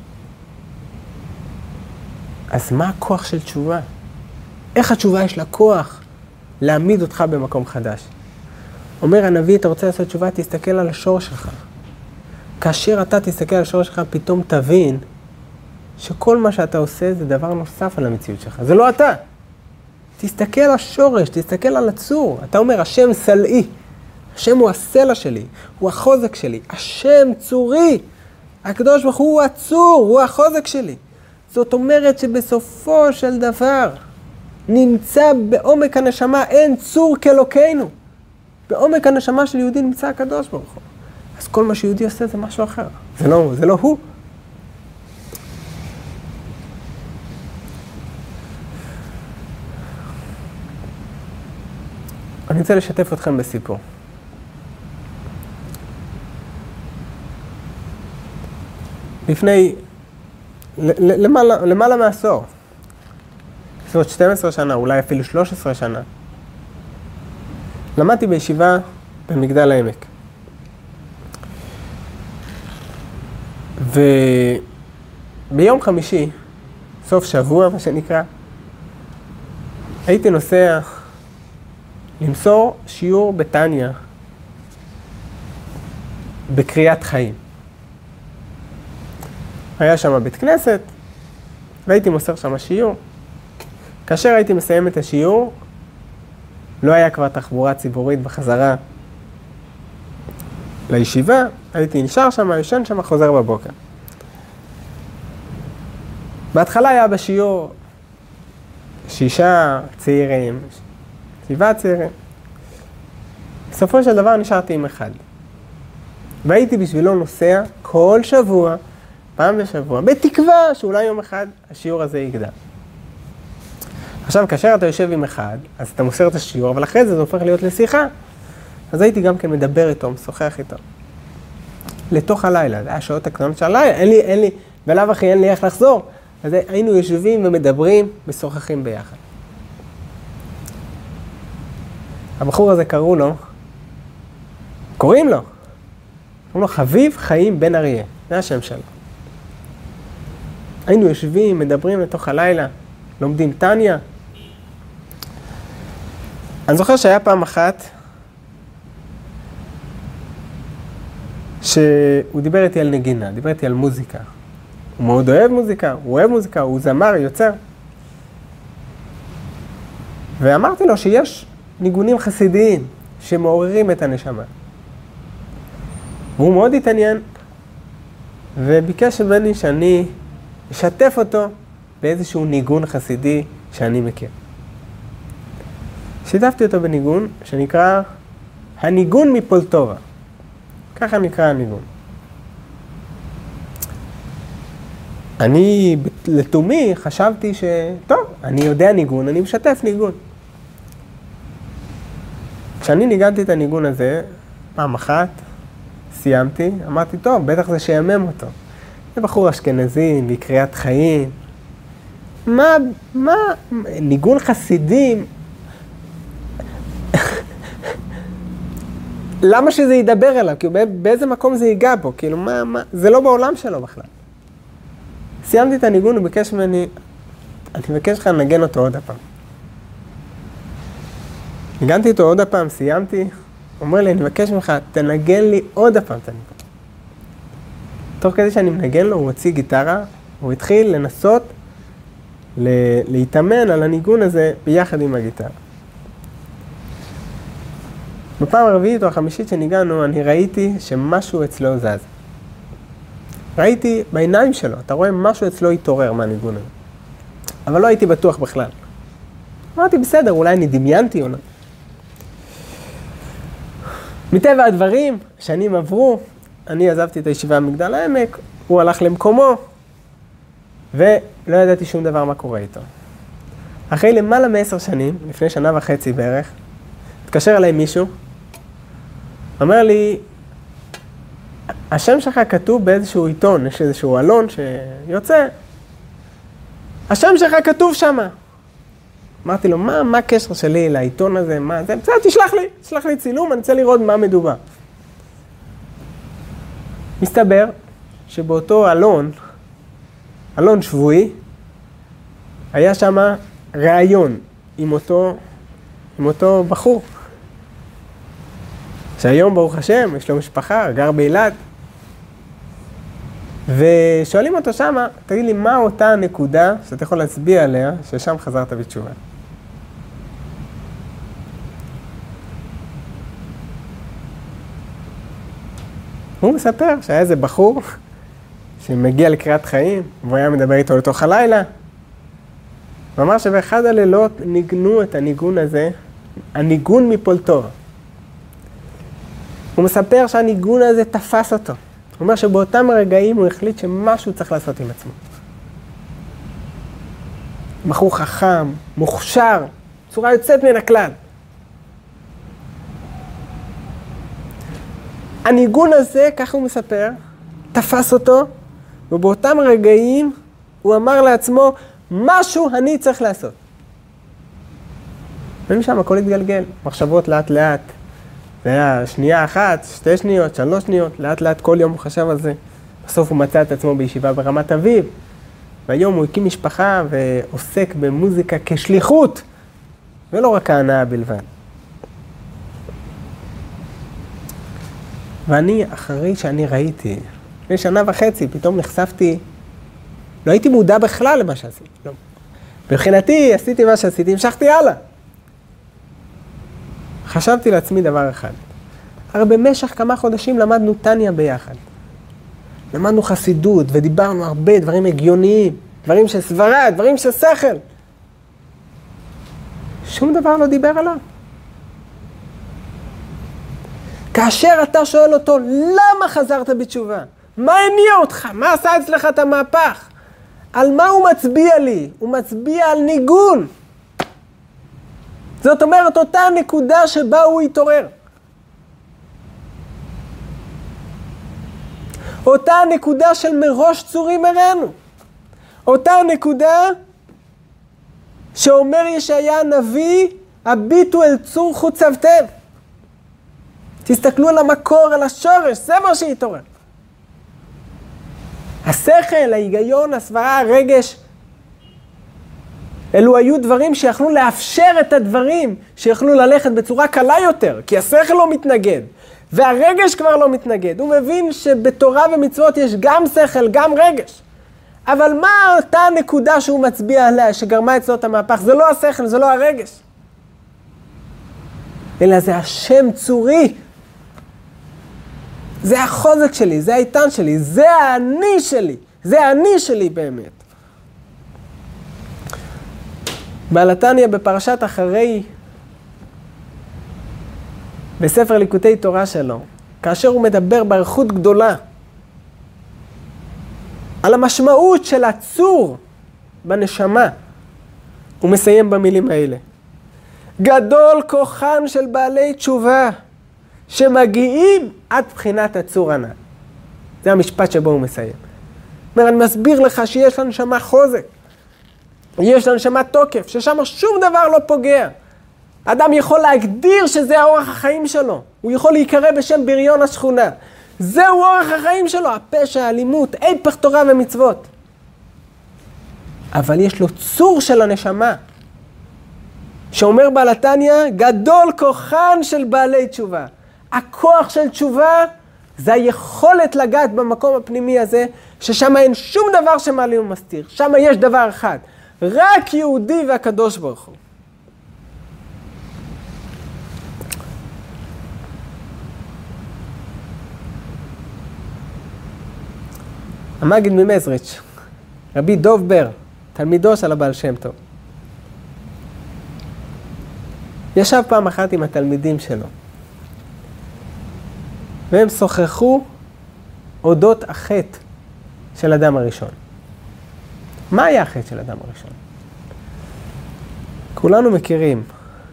אז מה הכוח של תשובה? איך התשובה יש לה כוח להעמיד אותך במקום חדש? אומר הנביא, אתה רוצה לעשות תשובה, תסתכל על השור שלך. כאשר אתה תסתכל על השור שלך, פתאום תבין שכל מה שאתה עושה זה דבר נוסף על המציאות שלך. זה לא אתה. תסתכל על השורש, תסתכל על הצור. אתה אומר, השם סלעי. השם הוא הסלע שלי, הוא החוזק שלי. השם צורי. הקדוש ברוך הוא הצור, הוא החוזק שלי. זאת אומרת שבסופו של דבר נמצא בעומק הנשמה, אין צור כאלוקינו. בעומק הנשמה של יהודי נמצא הקדוש ברוך הוא. אז כל מה שיהודי עושה זה משהו אחר. זה לא הוא. אני רוצה לשתף אתכם בסיפור. לפני למעלה מעשור, בסביבות 12 שנה, אולי אפילו 13 שנה, למדתי בישיבה במגדל העמק. וביום חמישי, סוף שבוע מה שנקרא, הייתי נוסע למסור שיעור בתניה בקריאת חיים. היה שם בית כנסת, והייתי מוסר שם שיעור. כאשר הייתי מסיים את השיעור, לא היה כבר תחבורה ציבורית בחזרה לישיבה, הייתי נשאר שם, ישן שם, חוזר בבוקר. בהתחלה היה בשיעור 6 צעירים, 7 צעירים. בסופו של דבר נשארתי עם אחד. והייתי בשבילו נוסע כל שבוע פעם בשבוע, בתקווה שאולי יום אחד השיעור הזה יגדל. עכשיו, כאשר אתה יושב עם אחד, אז אתה מוסר את השיעור, אבל אחרי זה הופך להיות לשיחה. אז הייתי גם כן מדבר איתו, משוחח איתו. לתוך הלילה, זה היה שעות הקטנות של הלילה, אין לי, ולאו אחי אין לי איך לחזור. אז היינו יושבים ומדברים, משוחחים ביחד. הבחור הזה קוראים לו חביב חיים בן אריה, זה השם שלו. היינו יושבים, מדברים לתוך הלילה, לומדים טניה. אני זוכר שהיה פעם אחת, שהוא דיבר איתי על נגינה, דיבר איתי על מוזיקה. הוא מאוד אוהב מוזיקה, הוא זמר, יוצר. ואמרתי לו שיש ניגונים חסידיים שמעוררים את הנשמה. והוא מאוד התעניין, וביקש ממני שאני אשתף אותו באיזשהו ניגון חסידי שאני מכיר. שיתפתי אותו בניגון שנקרא הניגון מפולטובה. ככה נקרא הניגון. אני לתומי חשבתי טוב, אני יודע ניגון, אני משתף ניגון. כשאני ניגנתי את הניגון הזה, פעם אחת, סיימתי, אמרתי, טוב, בטח זה שיאמם אותו. זה בחור אשכנזי, בקריאת חיים. ניגון חסידים? למה שזה ידבר אליו? כאילו, באיזה מקום זה ייגע בו? כאילו, זה לא בעולם שלו בכלל. סיימתי את הניגון, הוא ביקש ממני, אני מבקש לך לנגן אותו עוד הפעם. ניגנתי אותו עוד הפעם, סיימתי, הוא אומר לי, אני מבקש ממך, תנגן לי עוד הפעם את הניגון. תוך כדי שאני מנגן לו, הוא הוציא גיטרה, הוא התחיל לנסות להתאמן על הניגון הזה ביחד עם הגיטרה. בפעם הרביעית או החמישית שניגענו, אני ראיתי שמשהו אצלו זז. ראיתי בעיניים שלו, אתה רואה משהו אצלו התעורר מהניגון הזה. אבל לא הייתי בטוח בכלל. אמרתי, בסדר, אולי אני דמיינתי או לא. מטבע הדברים, שנים עברו, אני עזבתי את הישיבה במגדל העמק, הוא הלך למקומו, ולא ידעתי שום דבר מה קורה איתו. אחרי למעלה מ10 שנים, לפני 1.5 שנה בערך, התקשר אליי מישהו, אומר לי, השם שלך כתוב באיזשהו עיתון, יש איזשהו אלון שיוצא, השם שלך כתוב שם. אמרתי לו, מה הקשר שלי לעיתון הזה, מה זה? בסדר, תשלח לי צילום, אני רוצה לראות מה מדובר. מסתבר שבאותו אלון שבועי, היה שם ראיון עם אותו בחור. שהיום ברוך השם, יש לו משפחה, גר באילת. ושואלים אותו שמה, תגיד לי, מה אותה הנקודה שאתה יכול להצביע עליה, ששם חזרת בתשובה? הוא מספר שהיה איזה בחור שמגיע לקריאת חיים, והוא היה מדבר איתו לתוך הלילה. הוא אמר שבאחד הלילות ניגנו את הניגון הזה, הניגון מפולטובה. הוא מספר שהניגון הזה תפס אותו. הוא אומר שבאותם הרגעים הוא החליט שמשהו צריך לעשות עם עצמו. בחור חכם, מוכשר, צורה יוצאת מן הכלל. הניגון הזה, ככה הוא מספר, תפס אותו, ובאותם רגעים הוא אמר לעצמו, משהו אני צריך לעשות. ומשם הכל התגלגל, מחשבות לאט לאט. זה היה שנייה אחת, 2 שניות, 3 שניות, לאט לאט כל יום הוא חשב על זה. בסוף הוא מצא את עצמו בישיבה ברמת אביב, והיום הוא הקים משפחה ועוסק במוזיקה כשליחות, ולא רק ההנאה בלבד. ואני, אחרי שאני ראיתי, לפני 1.5 שנה, פתאום נחשפתי, לא הייתי מודע בכלל למה שעשיתי. לא. מבחינתי, עשיתי מה שעשיתי, המשכתי הלאה. חשבתי לעצמי דבר אחד. הרי במשך כמה חודשים למדנו טניה ביחד. למדנו חסידות ודיברנו הרבה דברים הגיוניים, דברים של סברה, דברים של שכל. שום דבר לא דיבר עליו. כאשר אתה שואל אותו, למה חזרת בתשובה? מה הניע אותך? מה עשה אצלך את המהפך? על מה הוא מצביע לי? הוא מצביע על ניגון. זאת אומרת, אותה נקודה שבה הוא התעורר. אותה נקודה של מראש צורים הראינו. אותה נקודה שאומר ישעיה הנביא, הביטו אל צור חוצבתם. תסתכלו על המקור, על השורש, זה מה שהתעורר. השכל, ההיגיון, הסברה, הרגש, אלו היו דברים שיכלו לאפשר את הדברים, שיכלו ללכת בצורה קלה יותר, כי השכל לא מתנגד, והרגש כבר לא מתנגד. הוא מבין שבתורה ומצוות יש גם שכל, גם רגש. אבל מה אותה נקודה שהוא מצביע עליה, שגרמה אצלו את המהפך? זה לא השכל, זה לא הרגש. אלא זה השם צורי. זה החוזק שלי, זה האיתן שלי, זה האני שלי. זה האני שלי באמת. בעל התניא בפרשת אחרי, בספר ליקוטי תורה שלו, כאשר הוא מדבר באריכות גדולה, על המשמעות של הצור בנשמה, הוא מסיים במילים האלה. גדול כוחן של בעלי תשובה, שמגיעים עד בחינת הצור הנ"ל. זה המשפט שבו הוא מסיים. אומר, אני מסביר לך שיש לנשמה חוזק, יש לנשמה תוקף, ששם שום דבר לא פוגע. אדם יכול להגדיר שזה האורח החיים שלו. הוא יכול להיקרא בשם בריון השכונה. זהו אורח החיים שלו, הפשע, האלימות, היפך תורה ומצוות. אבל יש לו צור של הנשמה, שאומר בעל התניא, גדול כוחן של בעלי תשובה. הכוח של תשובה זה היכולת לגעת במקום הפנימי הזה, ששם אין שום דבר שמעלים ומסתיר. שם יש דבר אחד, רק יהודי והקדוש ברוך הוא. המגיד ממזריץ', רבי דוב בר, תלמידו של הבעל שם טוב, ישב פעם אחת עם התלמידים שלו, והם שוחחו אודות החטא של אדם הראשון. מה היה החטא של אדם הראשון? כולנו מכירים.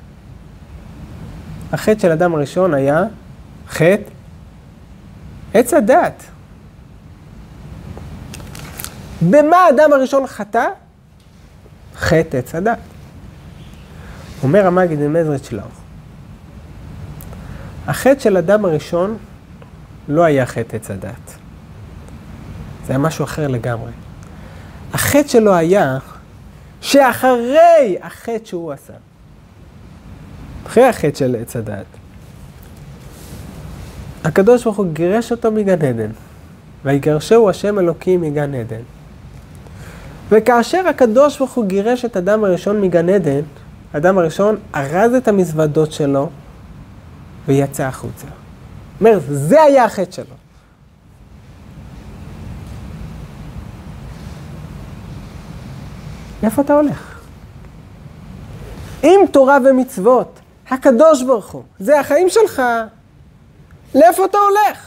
החטא של אדם הראשון היה חטא עץ הדת. במה האדם הראשון חטא? חטא עץ הדת. אומר המגיד ממזריץ' שלו, החטא של אדם הראשון לא היה חטא עץ הדת. זה היה משהו אחר לגמרי. החטא שלו היה שאחרי החטא שהוא עשה, אחרי החטא של עץ הדת, הקדוש ברוך הוא גירש אותו מגן עדן, ויגרשהו השם אלוקים מגן עדן. וכאשר הקדוש ברוך הוא גירש את אדם הראשון מגן עדן, האדם הראשון ארז את המזוודות שלו ויצא החוצה. אומר, זה היה החטא שלו. איפה אתה הולך? אם תורה ומצוות, הקדוש ברוך הוא, זה החיים שלך, לאיפה אתה הולך?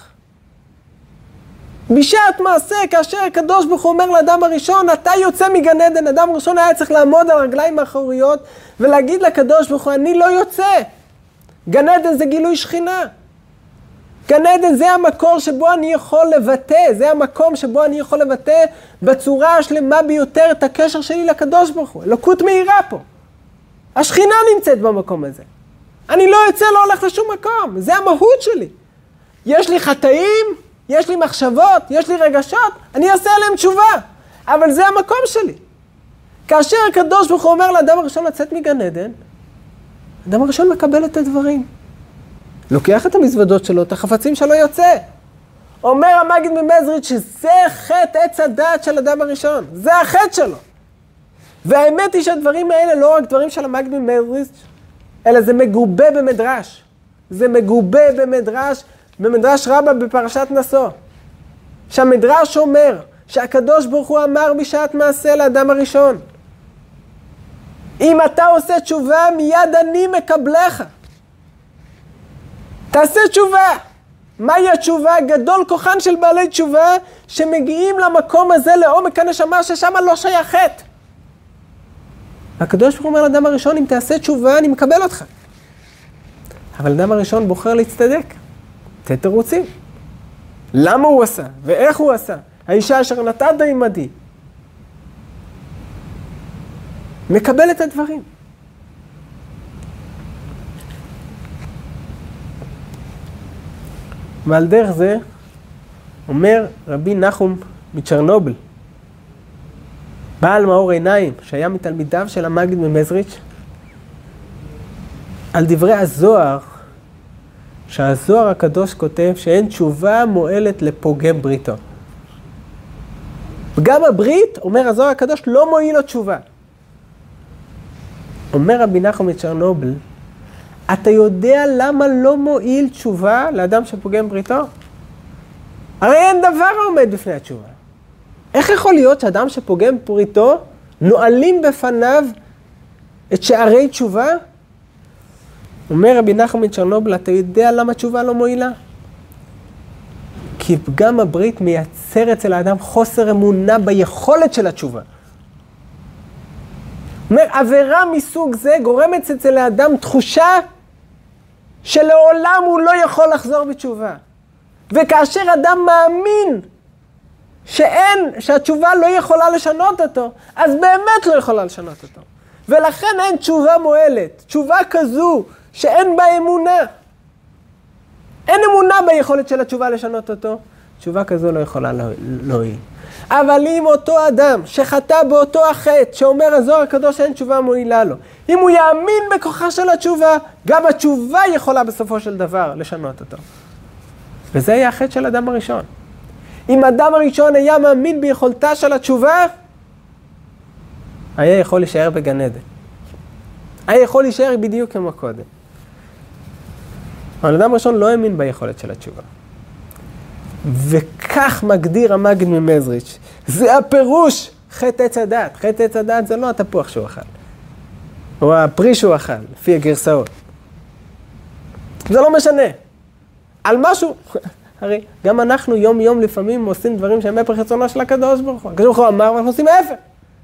בשעת מעשה, כאשר הקדוש ברוך הוא אומר לאדם הראשון, אתה יוצא מגן עדן, אדם הראשון היה צריך לעמוד על רגליים האחוריות, ולהגיד לקדוש ברוך הוא, אני לא יוצא. גן עדן זה גילוי שכינה. גן עדן זה המקור שבו אני יכול לבטא, זה המקום שבו אני יכול לבטא בצורה השלמה ביותר את הקשר שלי לקדוש ברוך הוא. אלוקות מהירה פה. השכינה נמצאת במקום הזה. אני לא יוצא, לא הולך לשום מקום. זה המהות שלי. יש לי חטאים, יש לי מחשבות, יש לי רגשות, אני אעשה עליהם תשובה. אבל זה המקום שלי. כאשר הקדוש ברוך הוא אומר לאדם הראשון לצאת מגן עדן, האדם הראשון מקבל את הדברים. לוקח את המזוודות שלו, את החפצים שלו יוצא. אומר המגיד ממזריץ' שזה חטא עץ הדת של אדם הראשון. זה החטא שלו. והאמת היא שהדברים האלה לא רק דברים של המגיד ממזריץ', אלא זה מגובה במדרש. זה מגובה במדרש, במדרש רבה בפרשת נשוא. שהמדרש אומר שהקדוש ברוך הוא אמר בשעת מעשה לאדם הראשון, אם אתה עושה תשובה, מיד אני מקבלך. תעשה תשובה. מהי התשובה? גדול כוחן של בעלי תשובה שמגיעים למקום הזה לעומק הנשמה ששם לא שייך חטא. הקדוש ברוך הוא אומר לאדם הראשון, אם תעשה תשובה אני מקבל אותך. אבל האדם הראשון בוחר להצטדק. תן תירוצים. למה הוא עשה? ואיך הוא עשה? האישה אשר נתת עמדי. מקבל את הדברים. ועל דרך זה אומר רבי נחום מצ'רנובל, בעל מאור עיניים, שהיה מתלמידיו של המגיד ממזריץ', על דברי הזוהר, שהזוהר הקדוש כותב שאין תשובה מועלת לפוגם בריתו. וגם הברית, אומר הזוהר הקדוש, לא מועיל לו תשובה. אומר רבי נחום מצ'רנובל, אתה יודע למה לא מועיל תשובה לאדם שפוגם בריתו? הרי אין דבר העומד בפני התשובה. איך יכול להיות שאדם שפוגם בריתו, נועלים בפניו את שערי תשובה? אומר רבי נחום מצ'רנובל, אתה יודע למה תשובה לא מועילה? כי פגם הברית מייצר אצל האדם חוסר אמונה ביכולת של התשובה. אומר, עבירה מסוג זה גורמת אצל האדם תחושה שלעולם הוא לא יכול לחזור בתשובה. וכאשר אדם מאמין שהתשובה לא יכולה לשנות אותו, אז באמת לא יכולה לשנות אותו. ולכן אין תשובה מועלת. תשובה כזו שאין בה אמונה. אין אמונה ביכולת של התשובה לשנות אותו. תשובה כזו לא יכולה להועיל. אבל אם אותו אדם שחטא באותו החטא, שאומר הזוהר הקדוש אין תשובה מועילה לו, אם הוא יאמין בכוחה של התשובה, גם התשובה יכולה בסופו של דבר לשנות אותו. וזה היה החטא של אדם הראשון. אם אדם הראשון היה מאמין ביכולתה של התשובה, היה יכול להישאר בגן עדן. היה יכול להישאר בדיוק כמו קודם. אבל אדם הראשון לא האמין ביכולת של התשובה. וכך מגדיר המגיד ממזריץ'. זה הפירוש חטא עץ הדת. חטא עץ הדת זה לא התפוח שהוא אכל. או הפרי שהוא אכל, לפי הגרסאות. זה לא משנה. על משהו, הרי גם אנחנו יום יום לפעמים עושים דברים שהם הפך רצונו של הקדוש ברוך הוא. הקדוש ברוך הוא אמר ואנחנו עושים ההפך.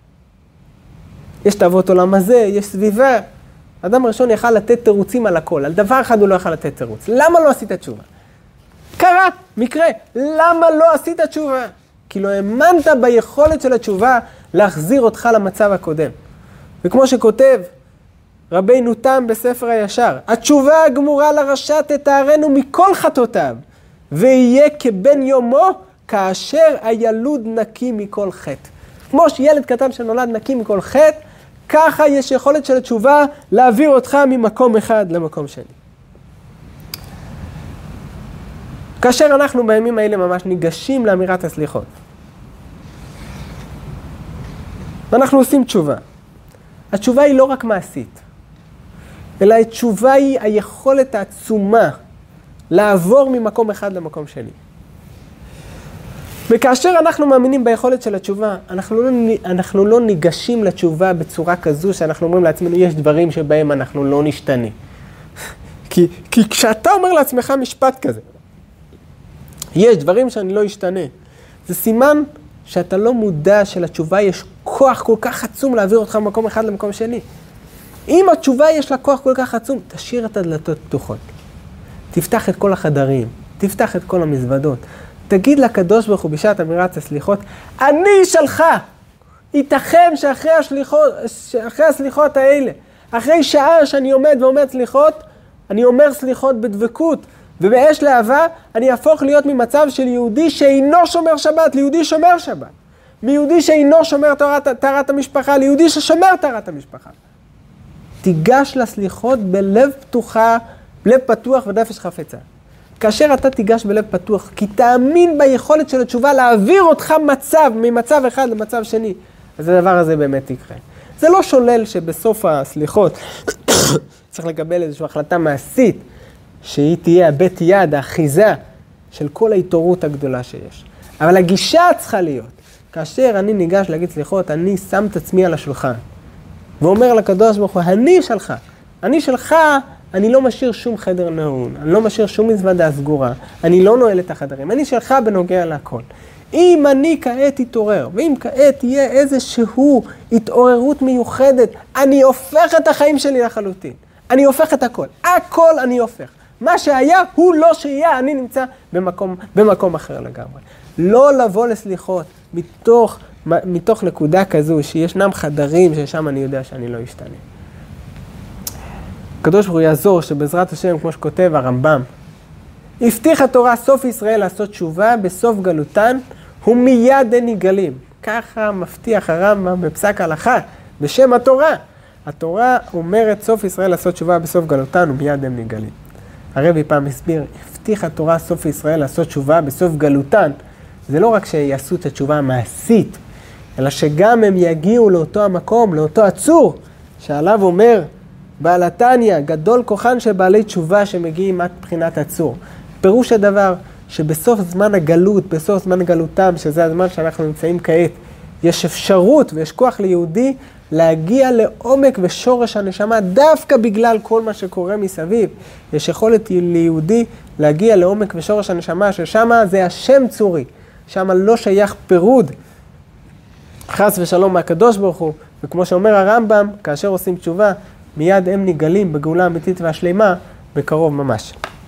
יש תאוות עולם הזה, יש סביבה. האדם הראשון יכל לתת תירוצים על הכל. על דבר אחד הוא לא יכל לתת תירוץ. למה לא עשית תשובה? קרה, מקרה. למה לא עשית תשובה? כי לא האמנת ביכולת של התשובה להחזיר אותך למצב הקודם. וכמו שכותב רבינו תם בספר הישר, התשובה הגמורה לרשע תטהרנו מכל חטאותיו, ויהיה כבן יומו כאשר הילוד נקי מכל חטא. כמו שילד קטן שנולד נקי מכל חטא, ככה יש יכולת של התשובה להעביר אותך ממקום אחד למקום שני. כאשר אנחנו בימים האלה ממש ניגשים לאמירת הסליחות, ואנחנו עושים תשובה. התשובה היא לא רק מעשית, אלא התשובה היא היכולת העצומה לעבור ממקום אחד למקום שני. וכאשר אנחנו מאמינים ביכולת של התשובה, אנחנו לא ניגשים לתשובה בצורה כזו שאנחנו אומרים לעצמנו, יש דברים שבהם אנחנו לא נשתנה. כי כשאתה אומר לעצמך משפט כזה, יש דברים שאני לא אשתנה, זה סימן שאתה לא מודע שלתשובה יש כוח כל כך עצום להעביר אותך ממקום אחד למקום שני. אם התשובה יש לה כוח כל כך עצום, תשאיר את הדלתות פתוחות. תפתח את כל החדרים, תפתח את כל המזוודות. תגיד לקדוש ברוך הוא בשעת אמירת הסליחות, אני שלך. ייתכן שאחרי הסליחות האלה, אחרי שעה שאני עומד ואומר סליחות, אני אומר סליחות בדבקות ובאש לאהבה, אני אהפוך להיות ממצב של יהודי שאינו שומר שבת ליהודי שומר שבת. מיהודי שאינו שומר טהרת המשפחה ליהודי ששומר טהרת המשפחה. תיגש לסליחות בלב פתוח ונפש חפצה. כאשר אתה תיגש בלב פתוח, כי תאמין ביכולת של התשובה להעביר אותך ממצב אחד למצב שני, אז הדבר הזה באמת יקרה. זה לא שולל שבסוף הסליחות צריך לקבל איזושהי החלטה מעשית, שהיא תהיה הבית יד, האחיזה של כל ההתעוררות הגדולה שיש. אבל הגישה צריכה להיות, כאשר אני ניגש להגיד סליחות, אני שם את עצמי על השולחן, ואומר לקדוש ברוך הוא, אני שלך אני לא משאיר שום חדר נעול, אני לא משאיר שום מזוודה סגורה, אני לא נועל את החדרים, אני שלך בנוגע לכל. אם אני כעת אתעורר, ואם כעת תהיה איזשהו התעוררות מיוחדת, אני הופך את החיים שלי לחלוטין. אני הופך את הכל. הכל אני הופך. מה שהיה הוא לא שיהיה, אני נמצא במקום אחר לגמרי. לא לבוא לסליחות מתוך נקודה כזו, שישנם חדרים ששם אני יודע שאני לא אשתנה. הקדוש ברוך הוא יעזור שבעזרת השם, כמו שכותב הרמב"ם, הבטיחה תורה סוף ישראל לעשות תשובה בסוף גלותן, ומיד אין נגלים. ככה מבטיח הרמב"ם בפסק הלכה, בשם התורה. התורה אומרת סוף ישראל לעשות תשובה בסוף גלותן, ומיד הם נגלים. הרבי פעם הסביר, הבטיחה תורה סוף ישראל לעשות תשובה בסוף גלותן. זה לא רק שיעשו את התשובה המעשית, אלא שגם הם יגיעו לאותו המקום, לאותו עצור, שעליו אומר בעל התניא, גדול כוחן של בעלי תשובה שמגיעים עד בחינת עצור. פירוש הדבר שבסוף זמן הגלות, בסוף זמן גלותם, שזה הזמן שאנחנו נמצאים כעת, יש אפשרות ויש כוח ליהודי להגיע לעומק ושורש הנשמה, דווקא בגלל כל מה שקורה מסביב. יש יכולת ליהודי להגיע לעומק ושורש הנשמה, ששם זה השם צורי, שם לא שייך פירוד, חס ושלום מהקדוש ברוך הוא, וכמו שאומר הרמב"ם, כאשר עושים תשובה, מיד הם נגלים בגאולה האמיתית והשלימה, בקרוב ממש.